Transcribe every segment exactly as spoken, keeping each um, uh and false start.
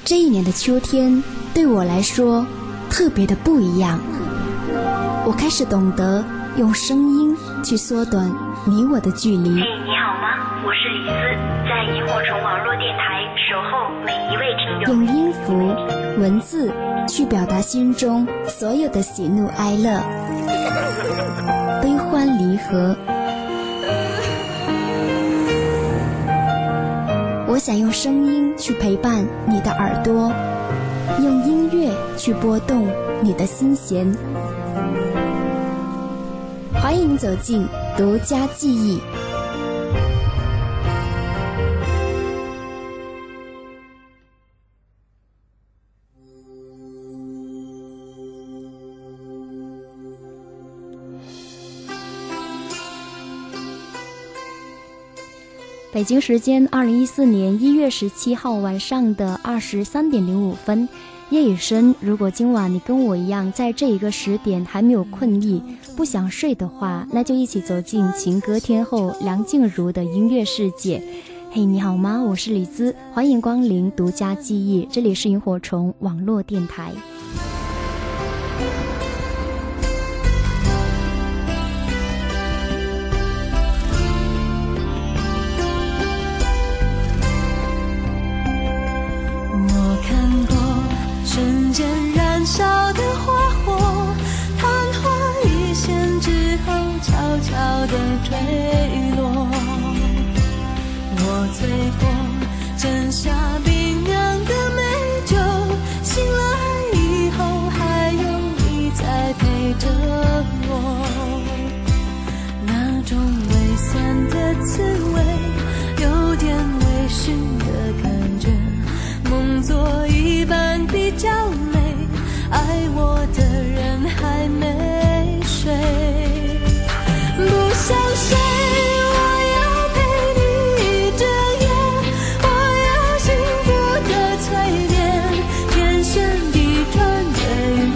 这一年的秋天对我来说特别的不一样，我开始懂得用声音去缩短你我的距离。 嘿，你好吗？我是李斯，在萤火虫网络电台守候每一位听众。 用音符、文字去表达心中所有的喜怒哀乐、悲欢离合。我想用声音去陪伴你的耳朵，用音乐去拨动你的心弦。欢迎走进独家记忆。北京时间二零一四年一月十七号晚上的二十三点零五分，夜已深。如果今晚你跟我一样在这一个时点还没有困意，不想睡的话，那就一起走进情歌天后梁静茹的音乐世界。嘿，你好吗？我是李姿，欢迎光临独家记忆，这里是萤火虫网络电台。 瞬间燃烧的花火，昙花一现之后悄悄地坠落。我醉过斟下冰凉的美酒，醒来以后还有你在陪着我。那种微酸的滋味，有点微醺的感觉，梦作一般比较美，爱我的人还没睡，不想睡，我要陪你一整夜，我要幸福的催眠，天旋地转的晕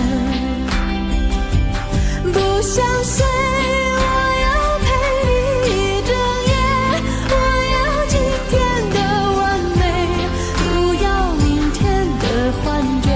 眩，不想睡，我要陪你一整夜，我要今天的完美，不要明天的幻觉。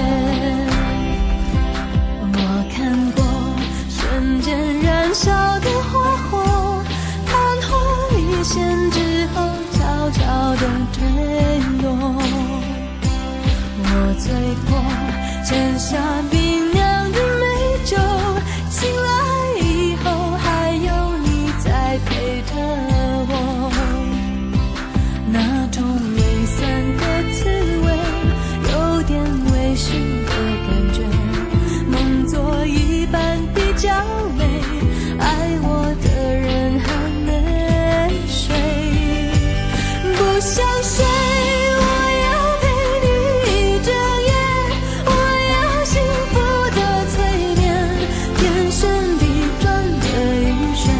我看过瞬间燃烧的花火，昙花一现之后悄悄地坠落。我醉过斟下冰凉的美酒，醒来以后还有你在陪着我。那种微酸的滋味，有点微醺的感觉，梦作一般比较美，爱我的人还没睡，不想睡，我要陪你一整夜，我要幸福的催眠，天旋地转的晕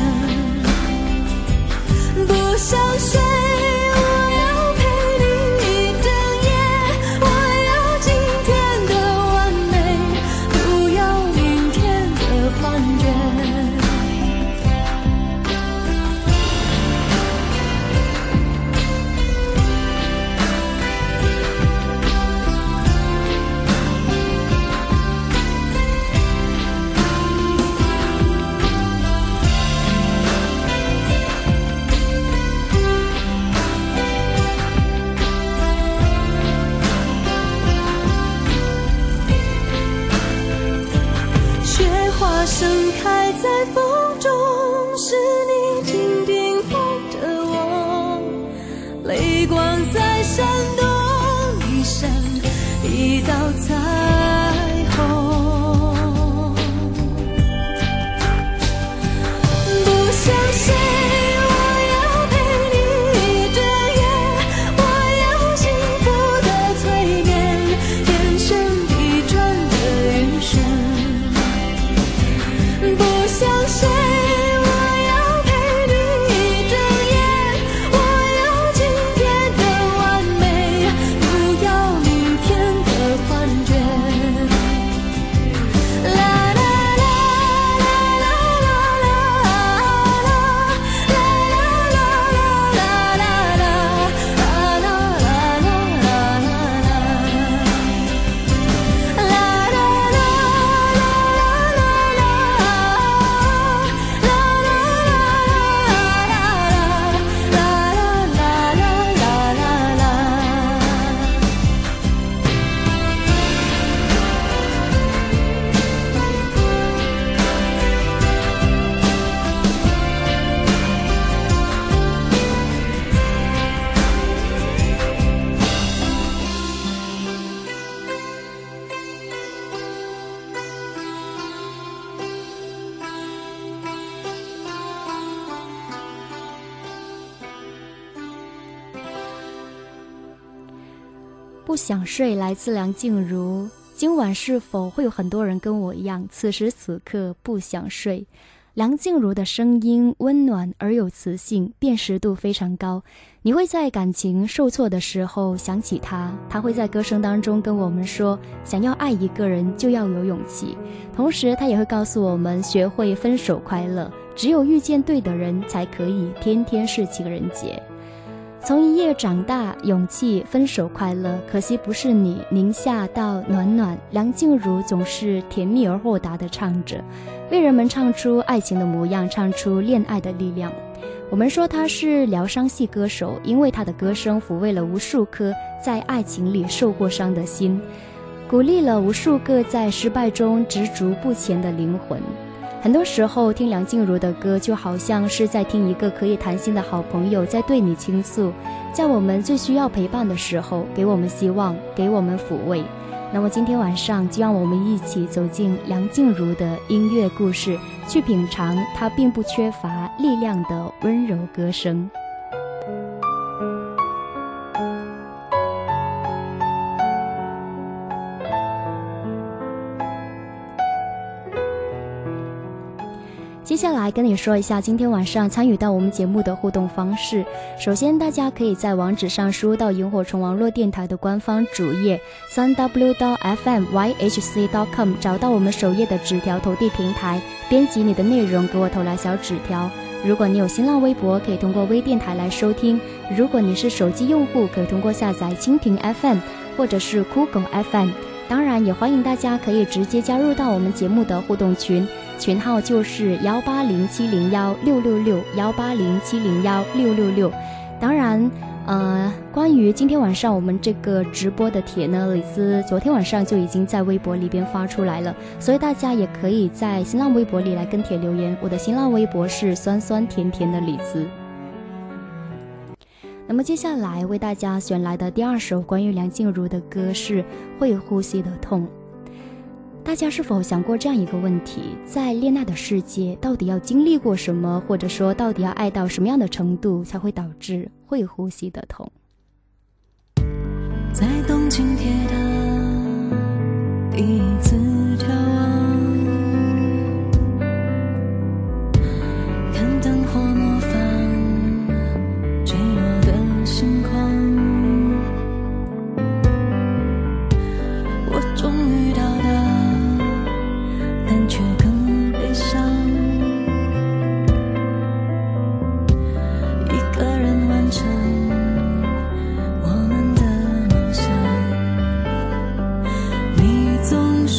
眩，不想睡，我要陪你一整夜，我要今天的完美，不要明天的幻觉。雪花盛开在风中，是你紧紧抱着我，泪光在闪动，一闪一道彩虹，不想睡，我要陪你一整夜，我要幸福的催眠，天旋地转的晕眩，不想睡， 不想睡来自梁静茹。今晚是否会有很多人跟我一样，此时此刻不想睡？梁静茹的声音温暖而有磁性，辨识度非常高。你会在感情受挫的时候想起她，她会在歌声当中跟我们说，想要爱一个人就要有勇气。同时她也会告诉我们，学会分手快乐，只有遇见对的人才可以天天是情人节。从一夜长大，勇气，分手快乐，可惜不是你，宁夏到暖暖。梁静茹总是甜蜜而豁达地唱着，为人们唱出爱情的模样，唱出恋爱的力量。我们说她是疗伤系歌手，因为她的歌声抚慰了无数颗在爱情里受过伤的心，鼓励了无数个在失败中执着不前的灵魂。很多时候听梁静茹的歌，就好像是在听一个可以谈心的好朋友在对你倾诉，在我们最需要陪伴的时候给我们希望，给我们抚慰。那么今天晚上就让我们一起走进梁静茹的音乐故事，去品尝她并不缺乏力量的温柔歌声。接下来跟你说一下今天晚上参与到我们节目的互动方式。首先大家可以在网址上输入到萤火虫网络电台的官方主页 三 w 点 f m y h c 点 com， 找到我们首页的纸条投递平台，编辑你的内容给我投来小纸条。如果你有新浪微博，可以通过微电台来收听。如果你是手机用户，可以通过下载蜻蜓 F M 或者是酷狗 F M。 当然也欢迎大家可以直接加入到我们节目的互动群，群号就是幺八零七零幺六六六幺八零七零幺六六六。当然呃，关于今天晚上我们这个直播的帖呢，李斯昨天晚上就已经在微博里边发出来了，所以大家也可以在新浪微博里来跟帖留言。我的新浪微博是酸酸甜甜的李斯。那么接下来为大家选来的第二首关于梁静茹的歌是《会呼吸的痛》。大家是否想过这样一个问题，在恋爱的世界到底要经历过什么，或者说到底要爱到什么样的程度才会导致会呼吸的痛？ 在东京铁塔第一次眺望，看灯火模仿坠落的星光，我终于到达，但却更悲伤，一个人完成我们的梦想。你总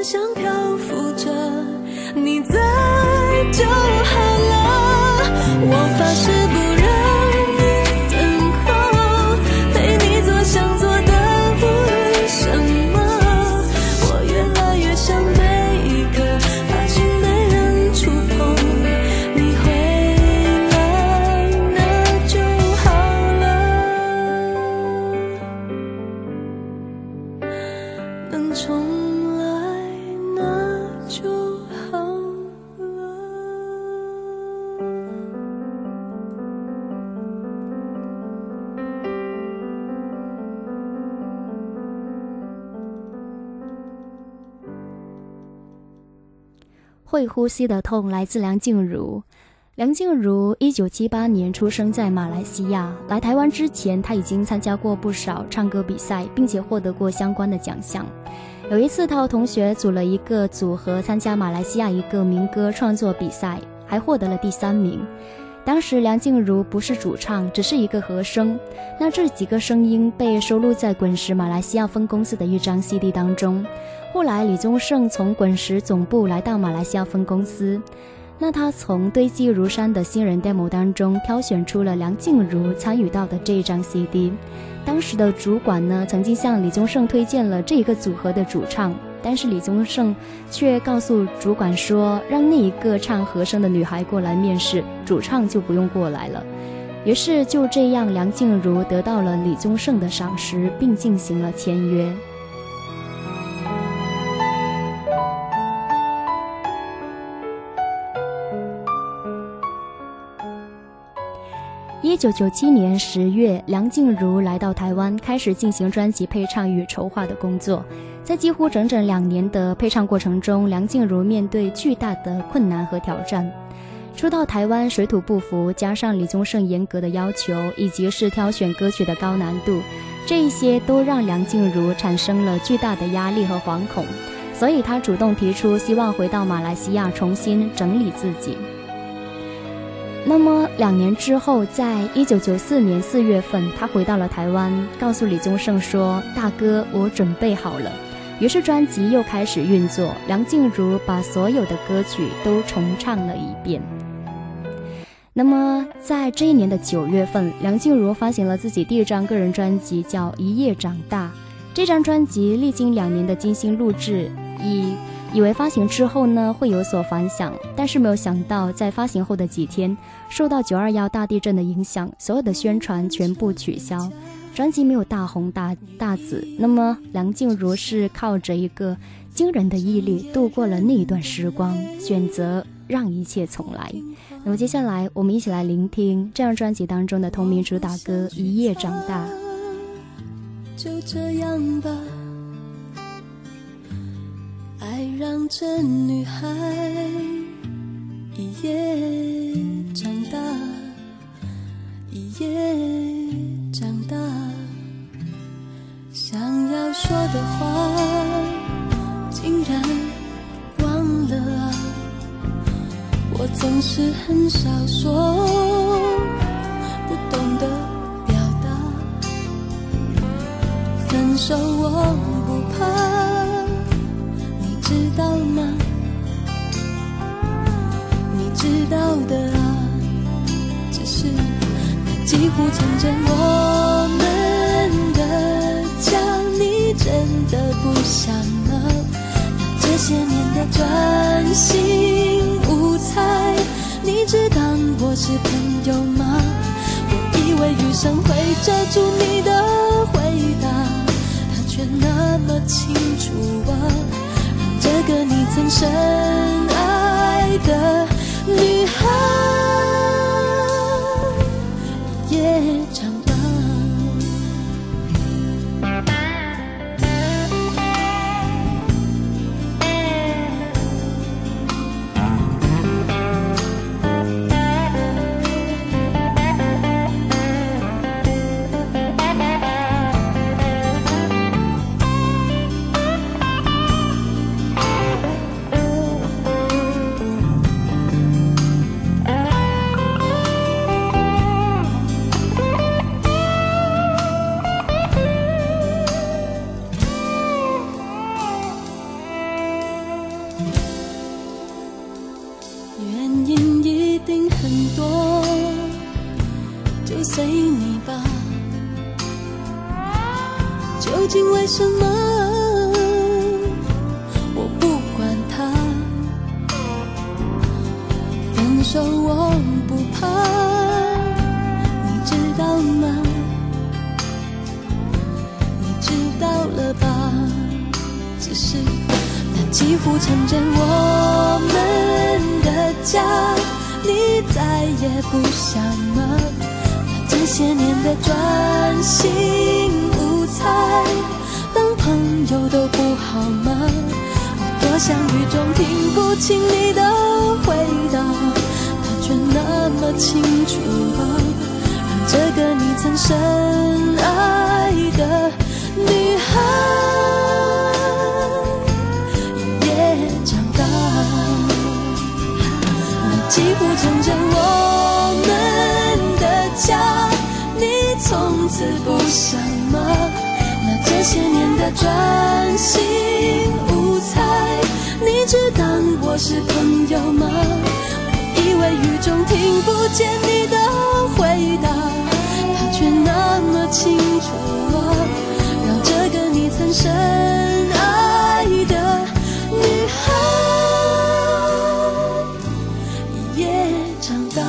像漂浮着，你在就好了。我发誓不让你等候，陪你做想做的无什么。我越来越想每一个怕心没人触碰，你回来那就好了，能重会呼吸的痛来自梁静茹。梁静茹一九七八年出生在马来西亚，来台湾之前，她已经参加过不少唱歌比赛，并且获得过相关的奖项。有一次，她和同学组了一个组合参加马来西亚一个民歌创作比赛，还获得了第三名。当时梁静茹不是主唱，只是一个和声。那这几个声音被收录在滚石马来西亚分公司的一张 C D 当中。后来李宗盛从滚石总部来到马来西亚分公司，那他从堆积如山的新人 demo 当中挑选出了梁静茹参与到的这一张 C D。 当时的主管呢，曾经向李宗盛推荐了这一个组合的主唱，但是李宗盛却告诉主管说，让那一个唱和声的女孩过来面试，主唱就不用过来了。于是就这样，梁静茹得到了李宗盛的赏识，并进行了签约。一九九七年十月，梁静茹来到台湾，开始进行专辑配唱与筹划的工作。在几乎整整两年的配唱过程中，梁静茹面对巨大的困难和挑战。初到台湾水土不服，加上李宗盛严格的要求，以及是挑选歌曲的高难度，这一些都让梁静茹产生了巨大的压力和惶恐，所以她主动提出希望回到马来西亚重新整理自己。那么两年之后，在一九九四年四月份，他回到了台湾，告诉李宗盛说，大哥，我准备好了。于是专辑又开始运作，梁静茹把所有的歌曲都重唱了一遍。那么在这一年的九月份，梁静茹发行了自己第一张个人专辑，叫《一夜长大》。这张专辑历经两年的精心录制，以以为发行之后呢会有所反响，但是没有想到在发行后的几天，受到九二一大地震的影响，所有的宣传全部取消，专辑没有大红大大紫。那么梁静茹是靠着一个惊人的毅力度过了那一段时光，选择让一切重来。那么接下来我们一起来聆听这张专辑当中的同名主打歌《一夜长大》。 就这样吧，爱让这女孩一夜长大，一夜长大，想要说的话竟然忘了啊，我总是很少说，不懂得表达，分手我不怕，你知道吗？你知道的啊，只是你几乎成真我们的家，你真的不想了？这些年的专心无猜，你只当我是朋友吗？我以为余生会遮住你的回答，它却那么清楚啊，让这个你曾深爱的女孩也长大。 就随你吧。究竟为什么我不管他？分手我不怕，你知道吗？你知道了吧？只是那几乎成真我们的家，你再也不想吗？那这些年的专心无猜，当朋友都不好吗？我多想雨中听不清你的回答，他却那么清楚啊，让这个你曾深爱的女孩也长大。那几乎成真我们的家，你从此不想吗？那这些年的专心无猜，你只当我是朋友吗？我以为雨中听不见你的回答，他却那么清楚啊，让这个你曾深爱的女孩也长大。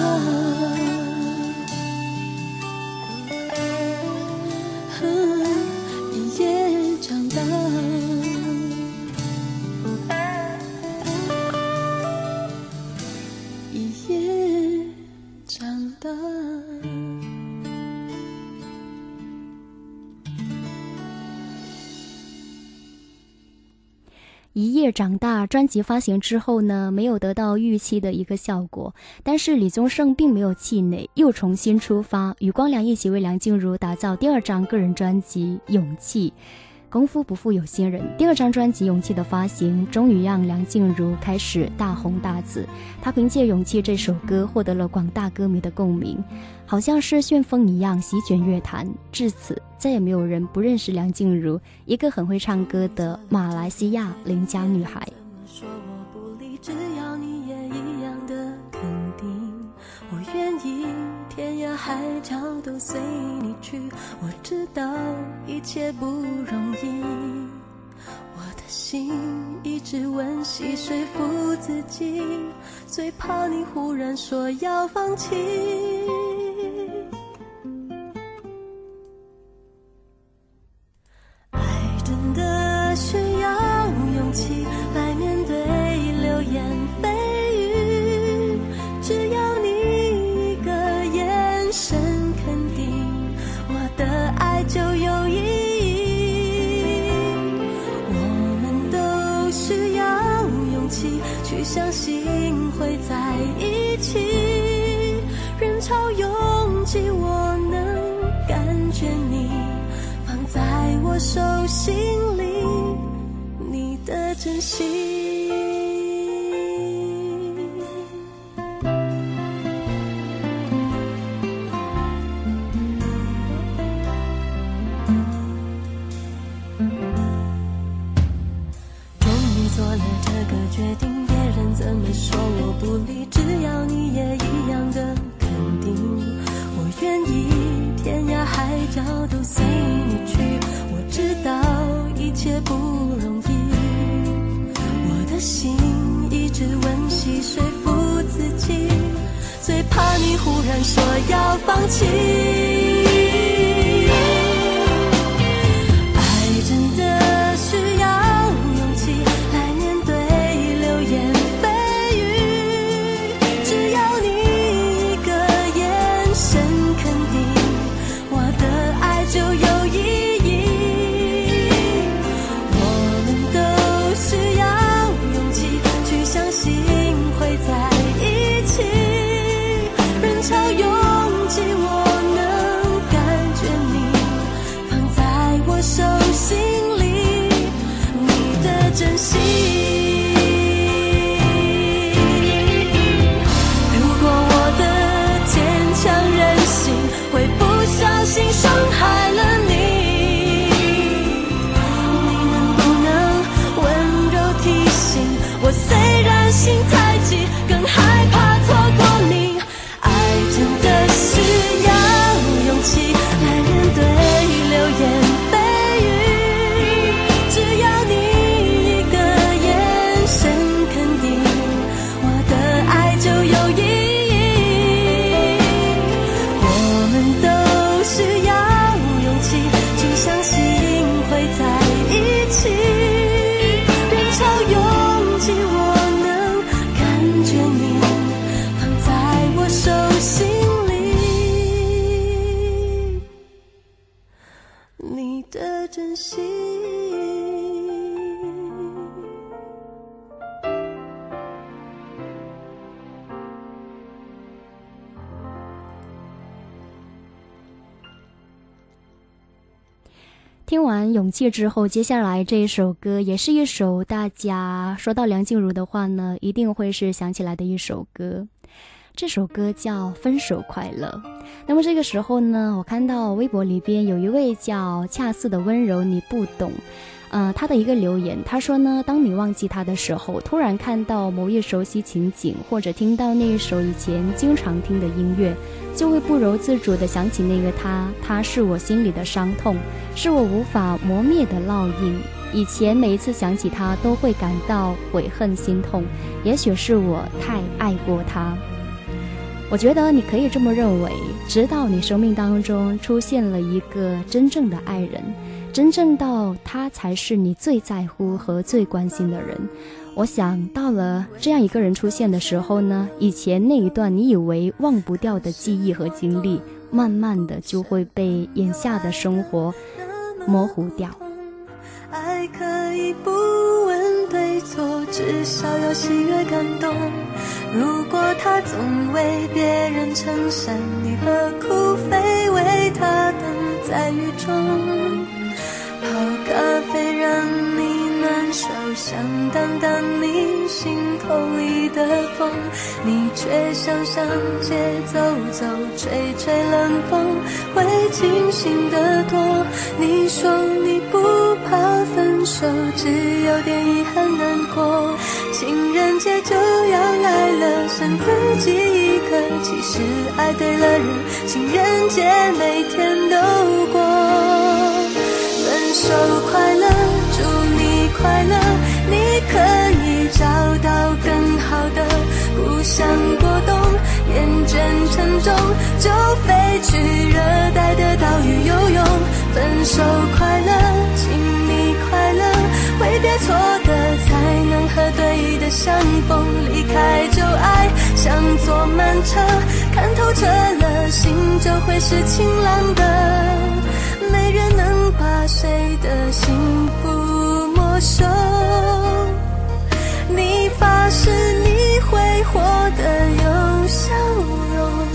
一夜长大专辑发行之后呢，没有得到预期的一个效果，但是李宗盛并没有气馁，又重新出发，与光良一起为梁静茹打造第二张个人专辑《勇气》。功夫不负有心人，第二张专辑《勇气》的发行，终于让梁静茹开始大红大紫。她凭借《勇气》这首歌获得了广大歌迷的共鸣，好像是旋风一样席卷乐坛。至此，再也没有人不认识梁静茹，一个很会唱歌的马来西亚邻家女孩。 说我不理，只要你也一样的肯定，我愿意天涯海角都随你去。我知道一切不容易，我的心一直温习说服自己，最怕你忽然说要放弃。爱真的需要勇气来面对流言蜚语，只要你一个眼神肯定，我的爱就有意义。我们都需要勇气去相信会在一起，人潮拥挤我能感觉你放在我手心里，你的真心。终于做了这个决定，别人怎么说我不理，只要你也一样的肯定，我愿意天涯海角都随你去。我知道一切不容易，我的心一直温习说服自己，最怕你忽然说要放弃。爱真的需要勇气来面对流言蜚语，只要你一个眼神肯定，我的爱就有意义。我们都需要勇气去相信会在一起，人潮拥挤我能感觉你放在我手心里，你的真心。如果我的坚强任性会不小心伤害了你，你能不能温柔提醒我，虽然心太急，更害怕错过你。爱真的听完勇气之后，接下来这一首歌也是一首大家说到梁静茹的话呢，一定会是想起来的一首歌。这首歌叫《分手快乐》。那么这个时候呢，我看到微博里边有一位叫恰似的温柔你不懂，呃，他的一个留言，他说呢，当你忘记他的时候，突然看到某一熟悉情景，或者听到那一首以前经常听的音乐，就会不由自主地想起那个他，他是我心里的伤痛，是我无法磨灭的烙印。以前每一次想起他，都会感到悔恨心痛，也许是我太爱过他。我觉得你可以这么认为，直到你生命当中出现了一个真正的爱人，真正到他才是你最在乎和最关心的人。我想到了这样一个人出现的时候呢，以前那一段你以为忘不掉的记忆和经历，慢慢的就会被眼下的生活模糊掉。 爱可以不问对错，至少要喜悦感动。如果他总为别人撑伞，你何苦非为他等在雨中？泡咖啡让你暖手，想挡挡你心口里的风，你却想上街走走，吹吹冷风，会清醒得多。你说你不怕分手，只有点遗憾难过，情人节就要来了，剩自己一个，其实爱对了人，情人节每天都过。分手快乐，祝你快乐，你可以找到更好的，不想过冬，厌倦沉重，就飞去热带的岛屿游泳。分手快乐，请你快乐，挥别错的才能和对的相逢，离开旧爱像坐慢车，看透彻了，心就会是晴朗的，没人能把谁的幸福没收。你发誓你会活得有笑容。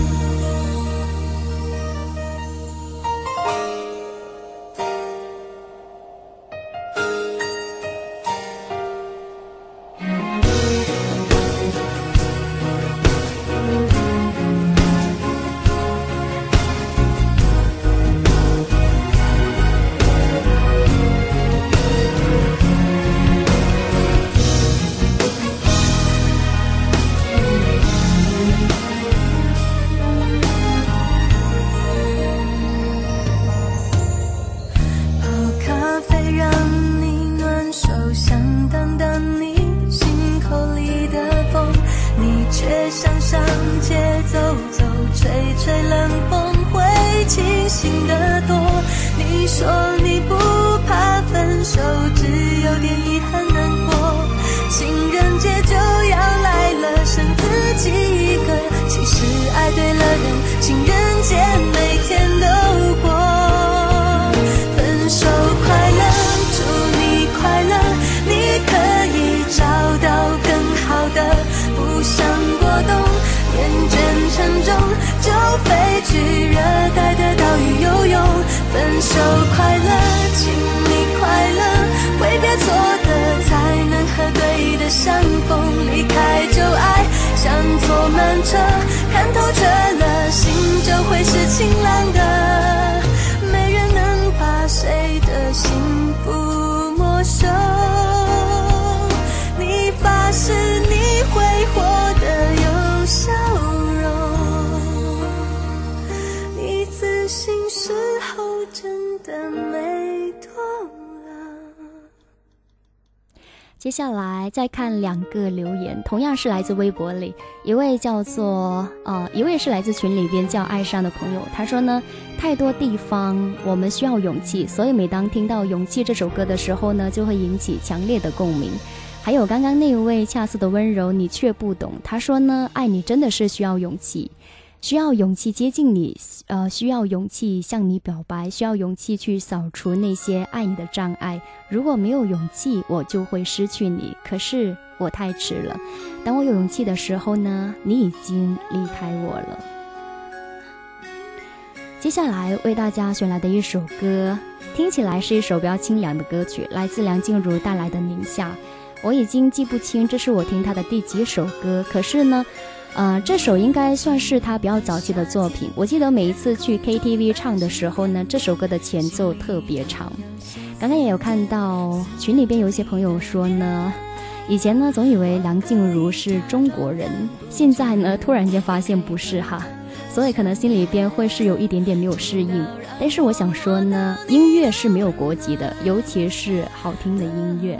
分手快乐，请你快乐，挥别错的才能和对的相逢，离开旧爱像坐慢车，看透彻了，心就会是晴朗的，没人能把谁的幸福没收。你发誓你会活得有笑容，你自信时候真的没多了。 接下来再看两个留言，同样是来自微博里，一位叫做呃，一位是来自群里边叫爱上的朋友，他说呢，太多地方我们需要勇气，所以每当听到《勇气》这首歌的时候呢，就会引起强烈的共鸣。还有刚刚那一位恰似的温柔你却不懂，他说呢，爱你真的是需要勇气，需要勇气接近你，呃，需要勇气向你表白，需要勇气去扫除那些爱你的障碍。如果没有勇气，我就会失去你，可是我太迟了。当我有勇气的时候呢，你已经离开我了。接下来为大家选来的一首歌听起来是一首比较清凉的歌曲，来自梁静茹带来的《宁夏》。我已经记不清这是我听她的第几首歌，可是呢呃，这首应该算是她比较早期的作品。我记得每一次去 K T V 唱的时候呢，这首歌的前奏特别长。刚刚也有看到群里边有一些朋友说呢，以前呢总以为梁静茹是中国人，现在呢突然间发现不是哈，所以可能心里边会是有一点点没有适应。但是我想说呢，音乐是没有国籍的，尤其是好听的音乐。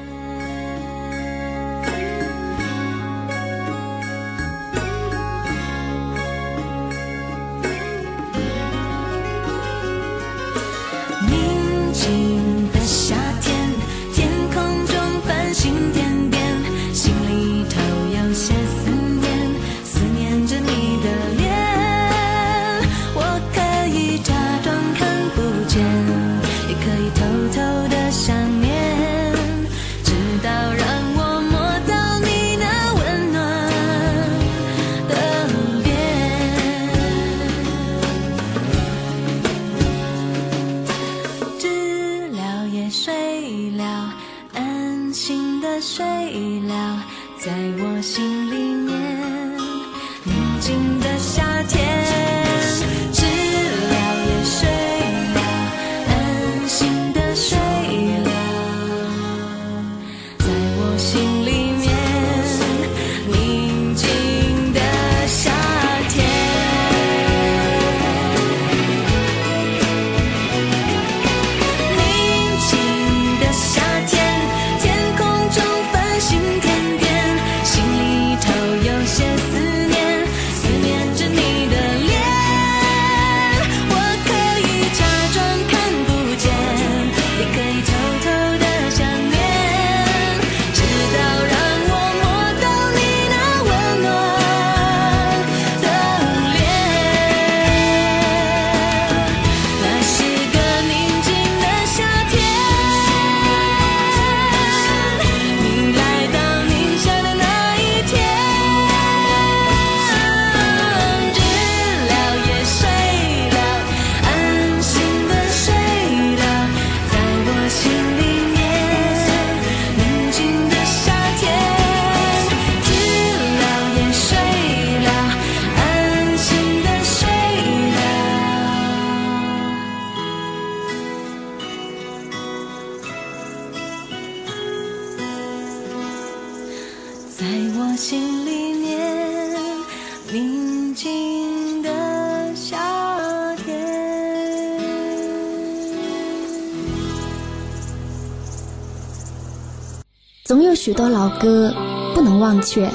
总有许多老歌不能忘却。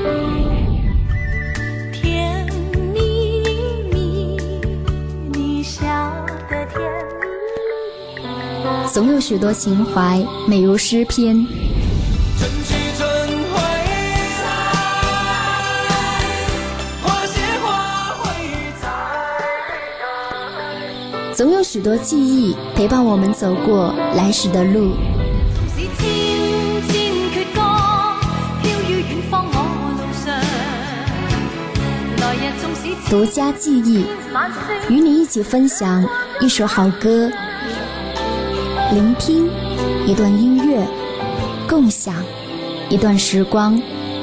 甜蜜蜜，你笑得甜蜜。 总有许多情怀美如诗篇。 春去春回来，花谢花会再。 总有许多记忆陪伴我们走过来时的路。独家记忆，与你一起分享一首好歌，聆听一段音乐，共享一段时光。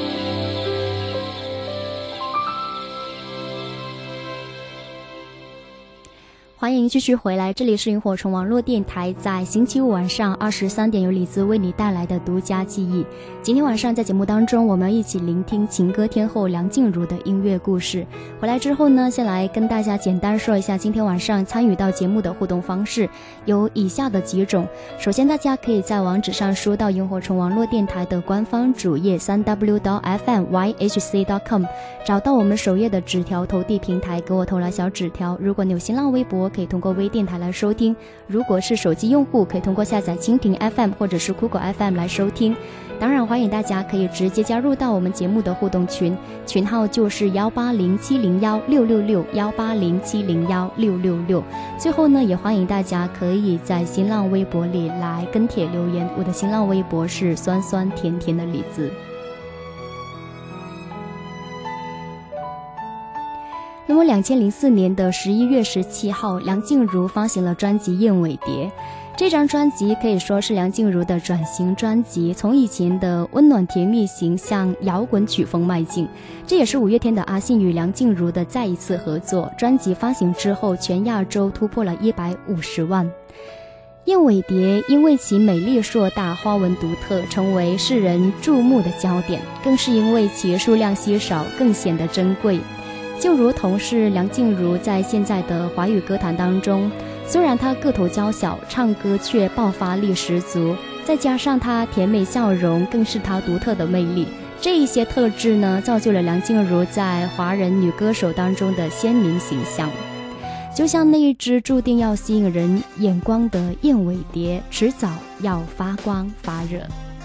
欢迎继续回来，这里是萤火虫网络电台，在星期五晚上二十三点由李子为你带来的独家记忆。今天晚上在节目当中，我们一起聆听情歌天后梁静茹的音乐故事。回来之后呢，先来跟大家简单说一下今天晚上参与到节目的互动方式，有以下的几种。首先，大家可以在网址上输到萤火虫网络电台的官方主页 三 w 点 f m y h c 点 com， 找到我们首页的纸条投递平台，给我投来小纸条。如果你有新浪微博，可以通过微电台来收听，如果是手机用户，可以通过下载蜻蜓 F M 或者是酷狗 F M 来收听。当然欢迎大家可以直接加入到我们节目的互动群，群号就是幺八零七零幺六六六幺八零七零幺六六六。最后呢，也欢迎大家可以在新浪微博里来跟帖留言，我的新浪微博是酸酸甜甜的李子。那为两千零四年的十一月十七号，梁静茹发行了专辑《燕尾蝶》。这张专辑可以说是梁静茹的转型专辑，从以前的温暖甜蜜型向摇滚曲风迈进。这也是五月天的阿信与梁静茹的再一次合作。专辑发行之后，全亚洲突破了一百五十万。燕尾蝶因为其美丽硕大、花纹独特，成为世人注目的焦点，更是因为其数量稀少，更显得珍贵。就如同是梁静茹在现在的华语歌坛当中，虽然她个头娇小，唱歌却爆发力十足，再加上她甜美笑容，更是她独特的魅力。这一些特质呢，造就了梁静茹在华人女歌手当中的鲜明形象。就像那一只注定要吸引人眼光的燕尾蝶，迟早要发光发热。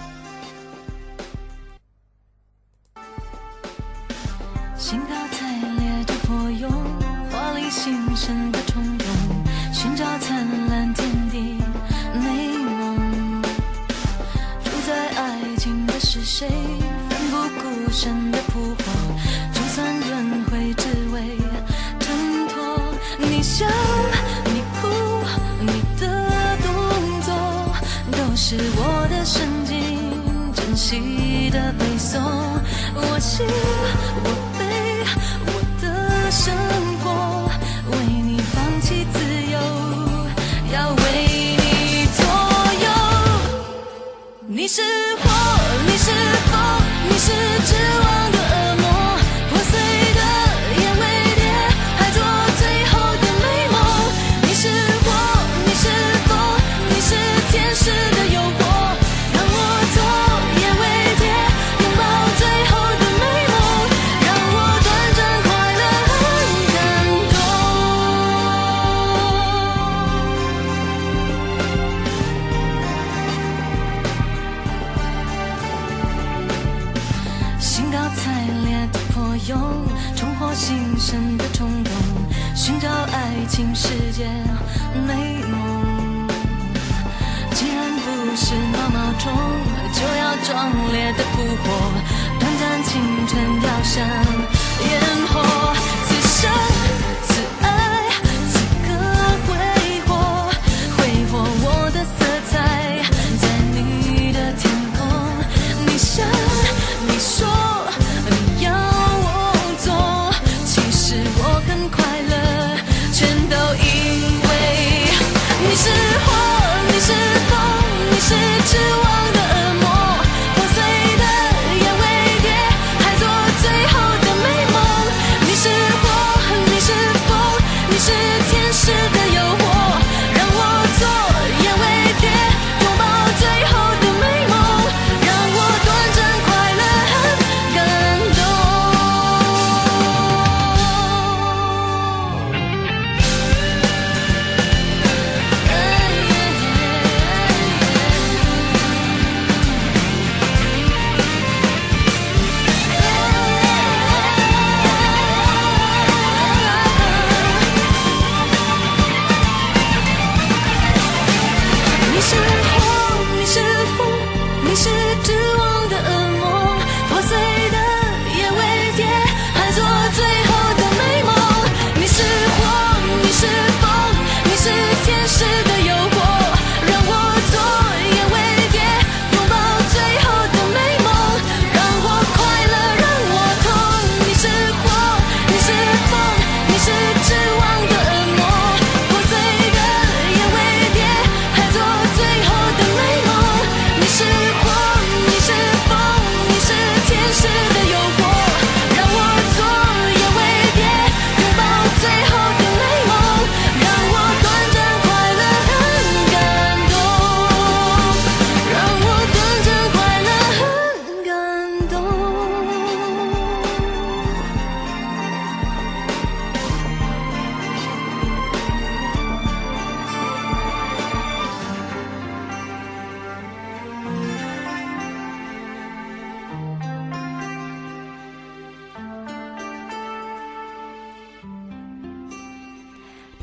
兴高采烈的破蛹，华丽新生的冲动，寻找灿烂天地美梦。住在爱情的是谁？奋不顾身的扑火，就算轮回只为挣脱。你笑，你哭，你的动作，都是我的神经珍惜的背诵。我心，我悲，我的生活，为你放弃自由，要为你左右。你是火，你是风，你是指望的恶魔，破碎的燕尾蝶，还做最后的美梦。你是火，你是风，你是天使的诱惑，让我做燕尾蝶，拥抱最后的美梦，让我短暂快乐很感动。兴高采烈的破蛹，重获新生的冲动，寻找爱情世界美梦。既然不是毛毛虫，就要壮烈的扑火，短暂青春要像烟火。此生此爱此刻挥霍，挥霍我的色彩，在你的天空。你想你说你要我做，其实我很快乐，全都因为你是火，你是风，你是指望的恶魔，破碎的燕尾蝶，还做最后的美梦。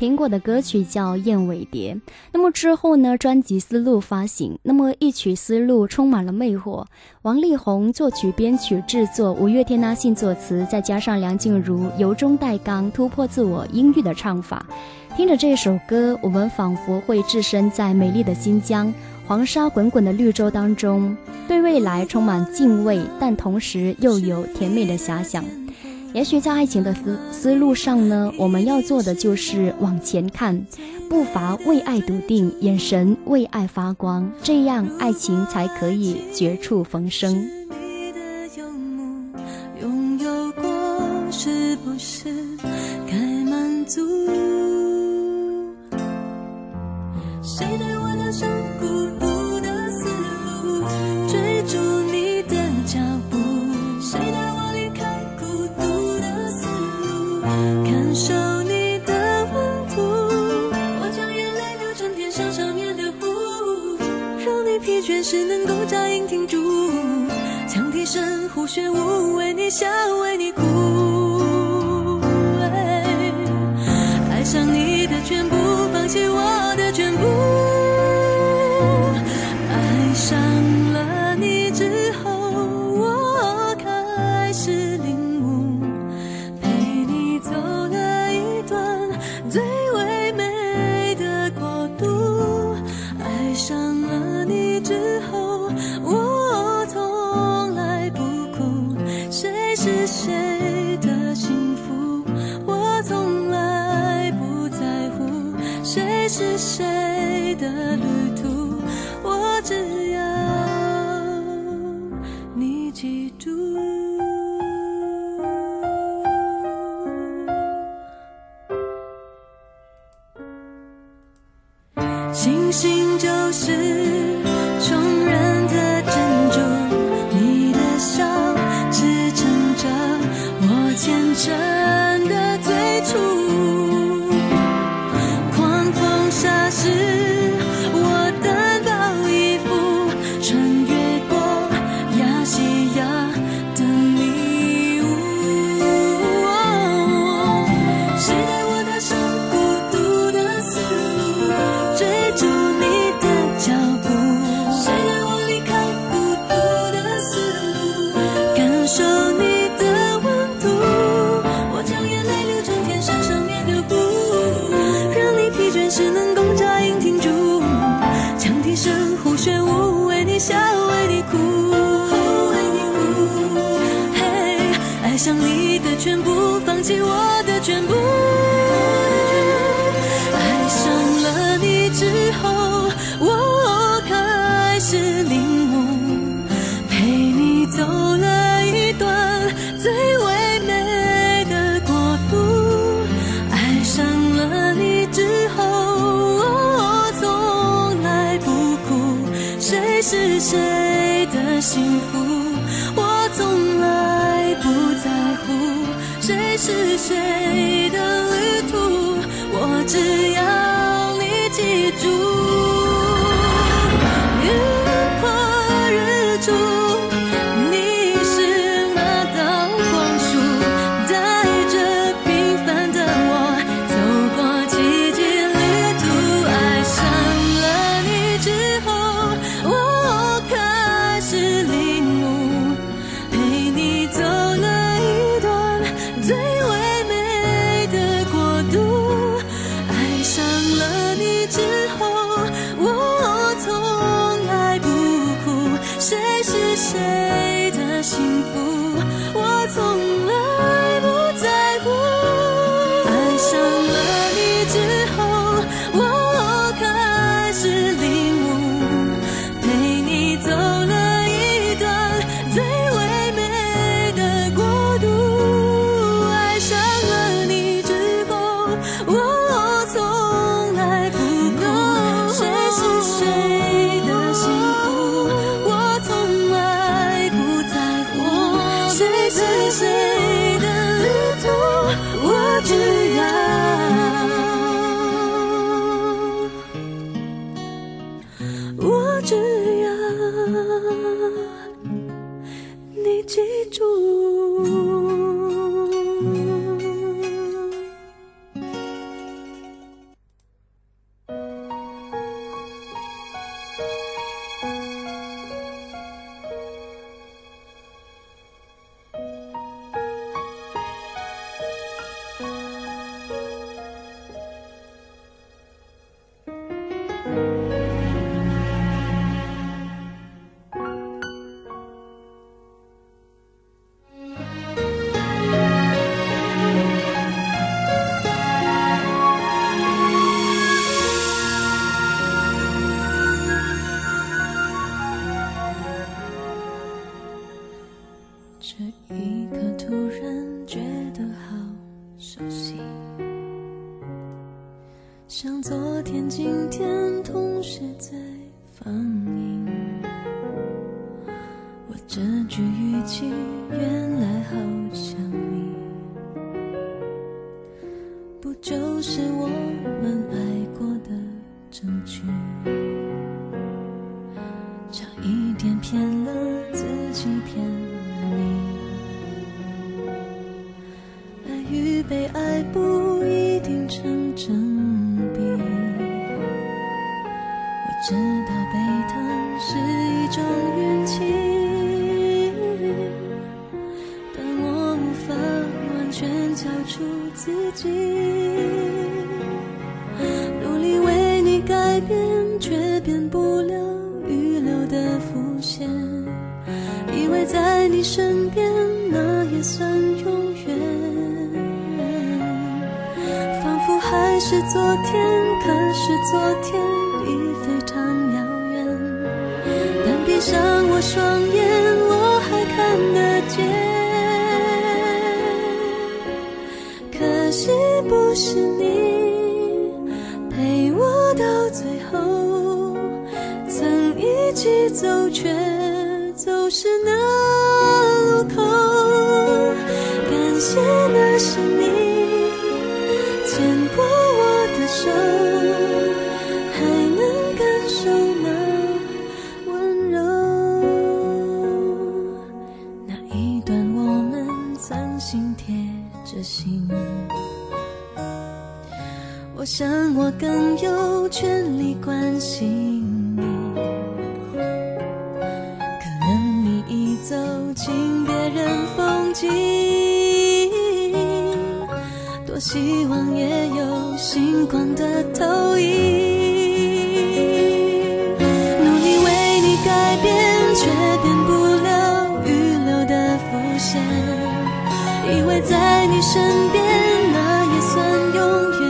听过的歌曲叫《燕尾蝶》。那么之后呢，专辑《思路》发行，那么一曲《思路》充满了魅惑，王力宏作曲编曲制作，五月天阿信作词，再加上梁静茹由中带刚突破自我音域的唱法，听着这首歌，我们仿佛会置身在美丽的新疆，黄沙滚滚的绿洲当中，对未来充满敬畏，但同时又有甜美的遐想。也许在爱情的思思路上呢，我们要做的就是往前看，步伐为爱笃定，眼神为爱发光，这样爱情才可以绝处逢生。 你的游牧拥有过，是不是该满足？谁对我踏上孤独的思路，追逐你的脚步？谁带我离开孤独的思路，感受你的温度？我将眼泪流成天上上面的湖，让你疲倦时能够扎营停住，羌笛声呼旋舞，为你笑为你哭。爱上你的全部，放弃我的全部。爱上了你之后，我开始领悟，陪你走了一段最唯美的国度。爱上了你之后，我从来不哭，谁是谁的幸福，我从来不在乎，谁是谁的旅途，我只要你记住。星星就是穷人的珍珠，你的笑支撑着我虔诚的最初。狂风沙时，我单薄衣服，穿越过亚细亚的迷雾。谁带我踏上孤独的思路，追逐你的脚步？谁带我离开孤独的思路，感受你的温度？我将眼泪流成天上上面的湖，让你疲倦时能够扎营停住，羌笛声呼旋舞，为你笑为你哭，为你哭。嘿，爱上你的全部，放弃我的全部。爱上了你之后，我开始领悟，陪你走了一段最唯美的国度。爱上了你之后，我从来不哭，谁是谁的幸福，我从来不在乎，谁是谁的旅途，我只要你记住。云破日出，你是那道光束，带着平凡的我走过奇迹旅途。爱上了你之后，我开始领悟，陪你走了一段最唯美的国度。爱上了你之后，我从来不哭，谁是谁的幸福，我从来不在乎。爱上了你之后，我开始领悟，陪你走了一段最唯美的国度。爱上了你之后，我从来不哭，谁是谁的幸福，我从来不在乎，谁是谁的旅途，我只要我只要你记住。 像昨天今天同时在放映，我这句语气原来好像你，不就是我们爱过的证据，差一点骗了自己骗了你，爱与被爱不一定成正比，我知道悲疼是一种运气，但我无法完全交出自己，努力为你改变，却变不了预留的伏线，以为在你身边那也算永远，仿佛还是昨天，可是昨天已非常遥远，但闭上我双眼，我还看得见，可惜不是你陪我到最后，曾一起走却走失那路口，感谢那是你牵过我的手，还能感受那温柔，那一段我们曾心贴着心，我想我更有权利关心你，可能你已走进别人风景，多希望也有星光的投影，努力为你改变，却变不了预留的伏线，以为在你身边那也算永远，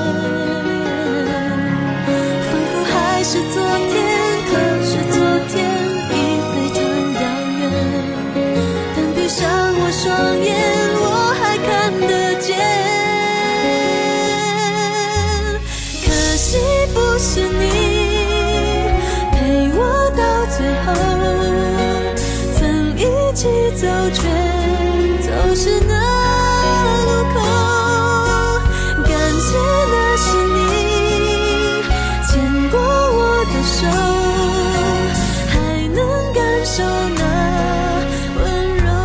仿佛还是昨天，可是昨天已非常遥远，但闭上我双眼，我还看得见，可惜不是你陪我到最后，曾一起走却走失那路口，感谢那是你牵过我的手，还能感受那温柔，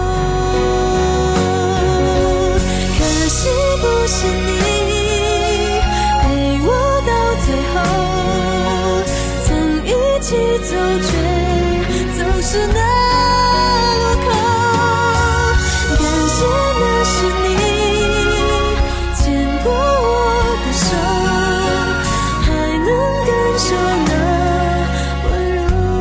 可惜不是你陪我到最后，曾一起走却走失那路口，感谢那是你牵过我的手，还能感受那温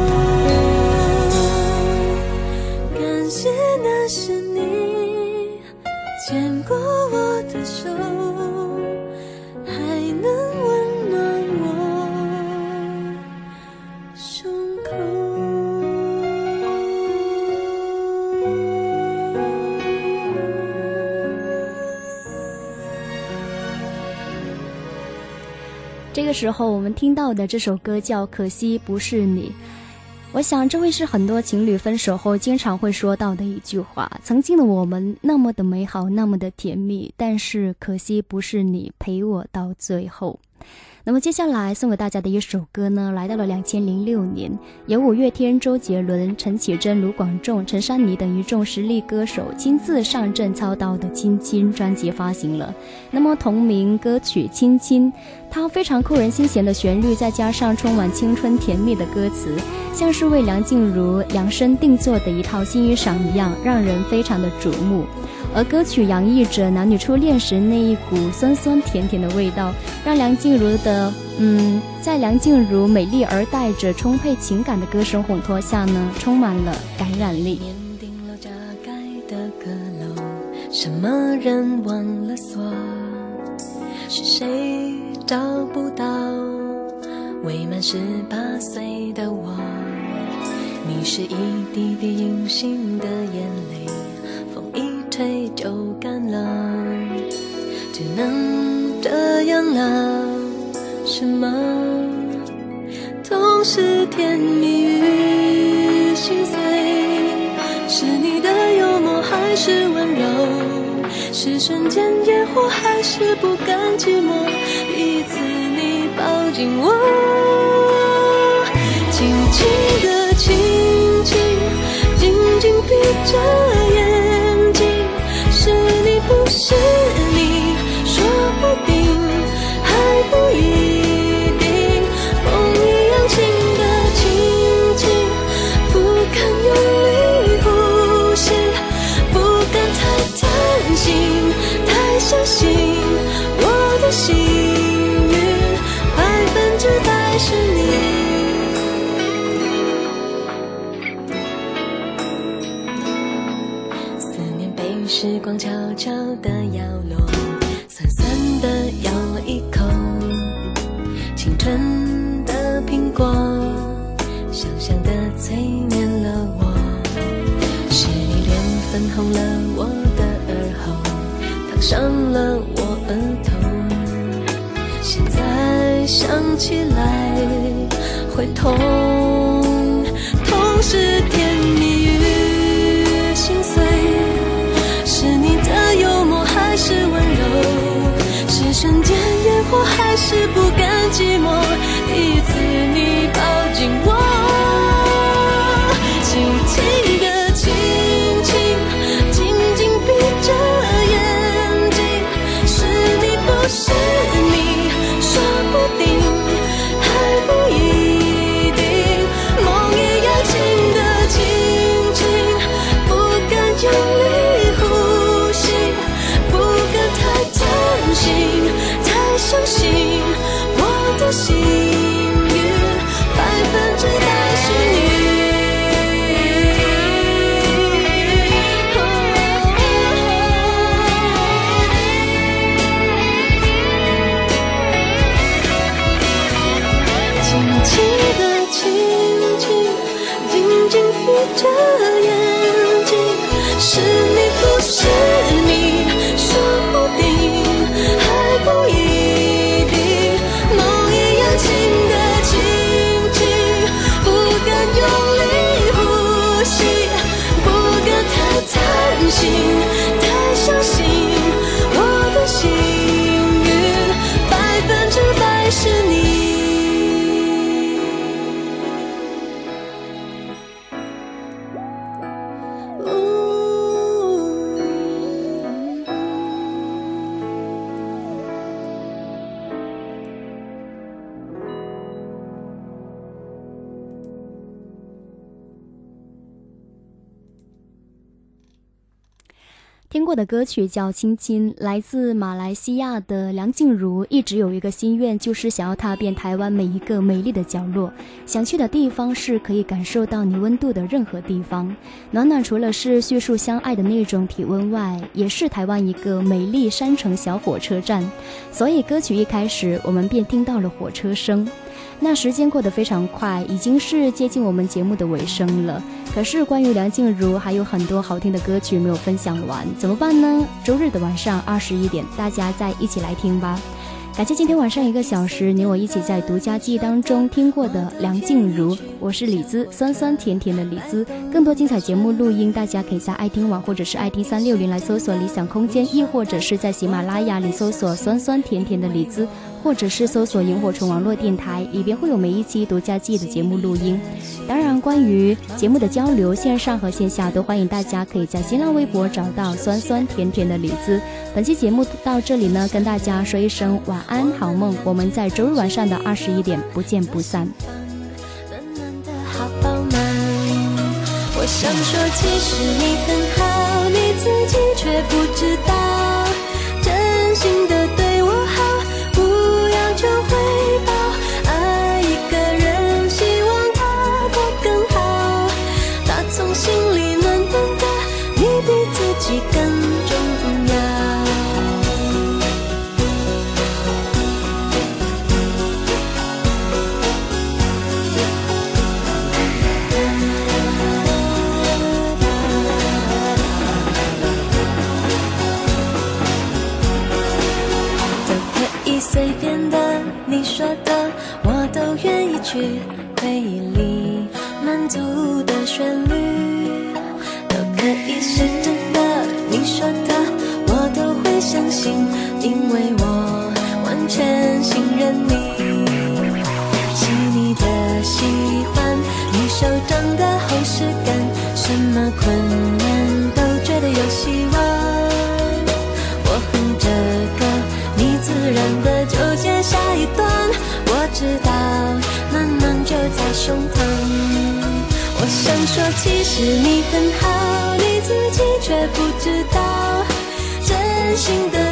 柔，感谢那是你牵过我的手，还能温暖我胸口。 这个时候我们听到的这首歌叫《可惜不是你》，我想这会是很多情侣分手后经常会说到的一句话，曾经的我们那么的美好，那么的甜蜜，但是可惜不是你陪我到最后。那么接下来送给大家的一首歌呢，来到了两千零六年，由五月天、周杰伦、陈绮贞、卢广仲、陈珊妮等一众实力歌手亲自上阵操刀的《亲亲》专辑发行了。那么同名歌曲《亲亲》，它非常扣人心弦的旋律，再加上充满青春甜蜜的歌词，像是为梁静茹量身定做的一套新衣裳一样，让人非常的瞩目。 而歌曲洋溢着男女初恋时那一股酸酸甜甜的味道，让梁静茹的嗯，在梁静茹美丽而带着充沛情感的歌声烘托下呢，充满了感染力。 年顶楼加盖的阁楼，什么人忘了锁？是谁找不到未满十八岁的我？你是一滴滴隐形的眼泪，风一吹就干了，只能这样了。什么痛是甜蜜与心碎？是你的幽默还是温柔？是瞬间野火还是不甘寂寞？一次你抱紧我，轻轻的亲亲，紧紧闭着眼睛。是你不是你，说不定还不一定。梦一样轻的亲亲，不敢用力呼吸，不敢太贪心，太相信我的幸运百分之百是你。思念被时光悄悄地摇落，酸酸的咬了一口，青春的苹果，香香的催眠了我。是你脸粉红了我的耳后，烫伤了我额头。现在想起来会痛，痛是甜蜜与心碎。是你的幽默还是温柔？是瞬间烟火还是不甘寂寞？第一次你抱紧我，轻轻的亲亲，紧紧闭着眼睛。是你不是你，说不定还不一定。梦一样轻的亲亲，不敢用力呼吸，不敢太贪心，太相信我的幸运百分之百是你。轻轻的亲亲，紧紧闭着眼睛。是你不是你，说不定还不一定。梦一样轻的亲亲，不敢用力呼吸，不敢太贪心，太相信我的幸运百分之百是你。 听过的歌曲叫《亲亲》，来自马来西亚的梁静茹一直有一个心愿，就是想要踏遍台湾每一个美丽的角落，想去的地方是可以感受到你温度的任何地方。暖暖除了是叙述相爱的那种体温外，也是台湾一个美丽山城小火车站，所以歌曲一开始我们便听到了火车声。那时间过得非常快，已经是接近我们节目的尾声了。可是关于梁静茹还有很多好听的歌曲没有分享完，怎么办呢？周日的晚上二十一点，大家再一起来听吧。感谢今天晚上一个小时你我一起在独家记忆当中听过的梁静茹，我是李姿，酸酸甜甜的李姿。更多精彩节目录音，大家可以在爱听网或者是爱听三六零来搜索理想空间，亦或者是在喜马拉雅里搜索酸酸甜甜的李姿，或者是搜索萤火虫网络电台，里边会有每一期独家记忆的节目录音。当然关于节目的交流，线上和线下都欢迎大家可以在新浪微博找到酸酸甜甜的李姿。本期节目到这里呢，跟大家说一声晚安好梦，我们在周日晚上的二十一点不见不散。 暖暖的好饱满，我想说其实你很好，你自己却不知道，真心的对我好，不要求回报。爱一个人，希望他过更好，他从心里暖暖的，你比自己更重要。随便的，你说的，我都愿意去回忆里满足的旋律，都可以是真的，你说的，我都会相信，因为我完全信任你。细腻的喜欢，你手掌的厚实感，什么困难都觉得有希望。我哼着歌，你自然的就接下一段，我知道暖暖就在胸膛。我想说其实你很好，你自己却不知道，真心的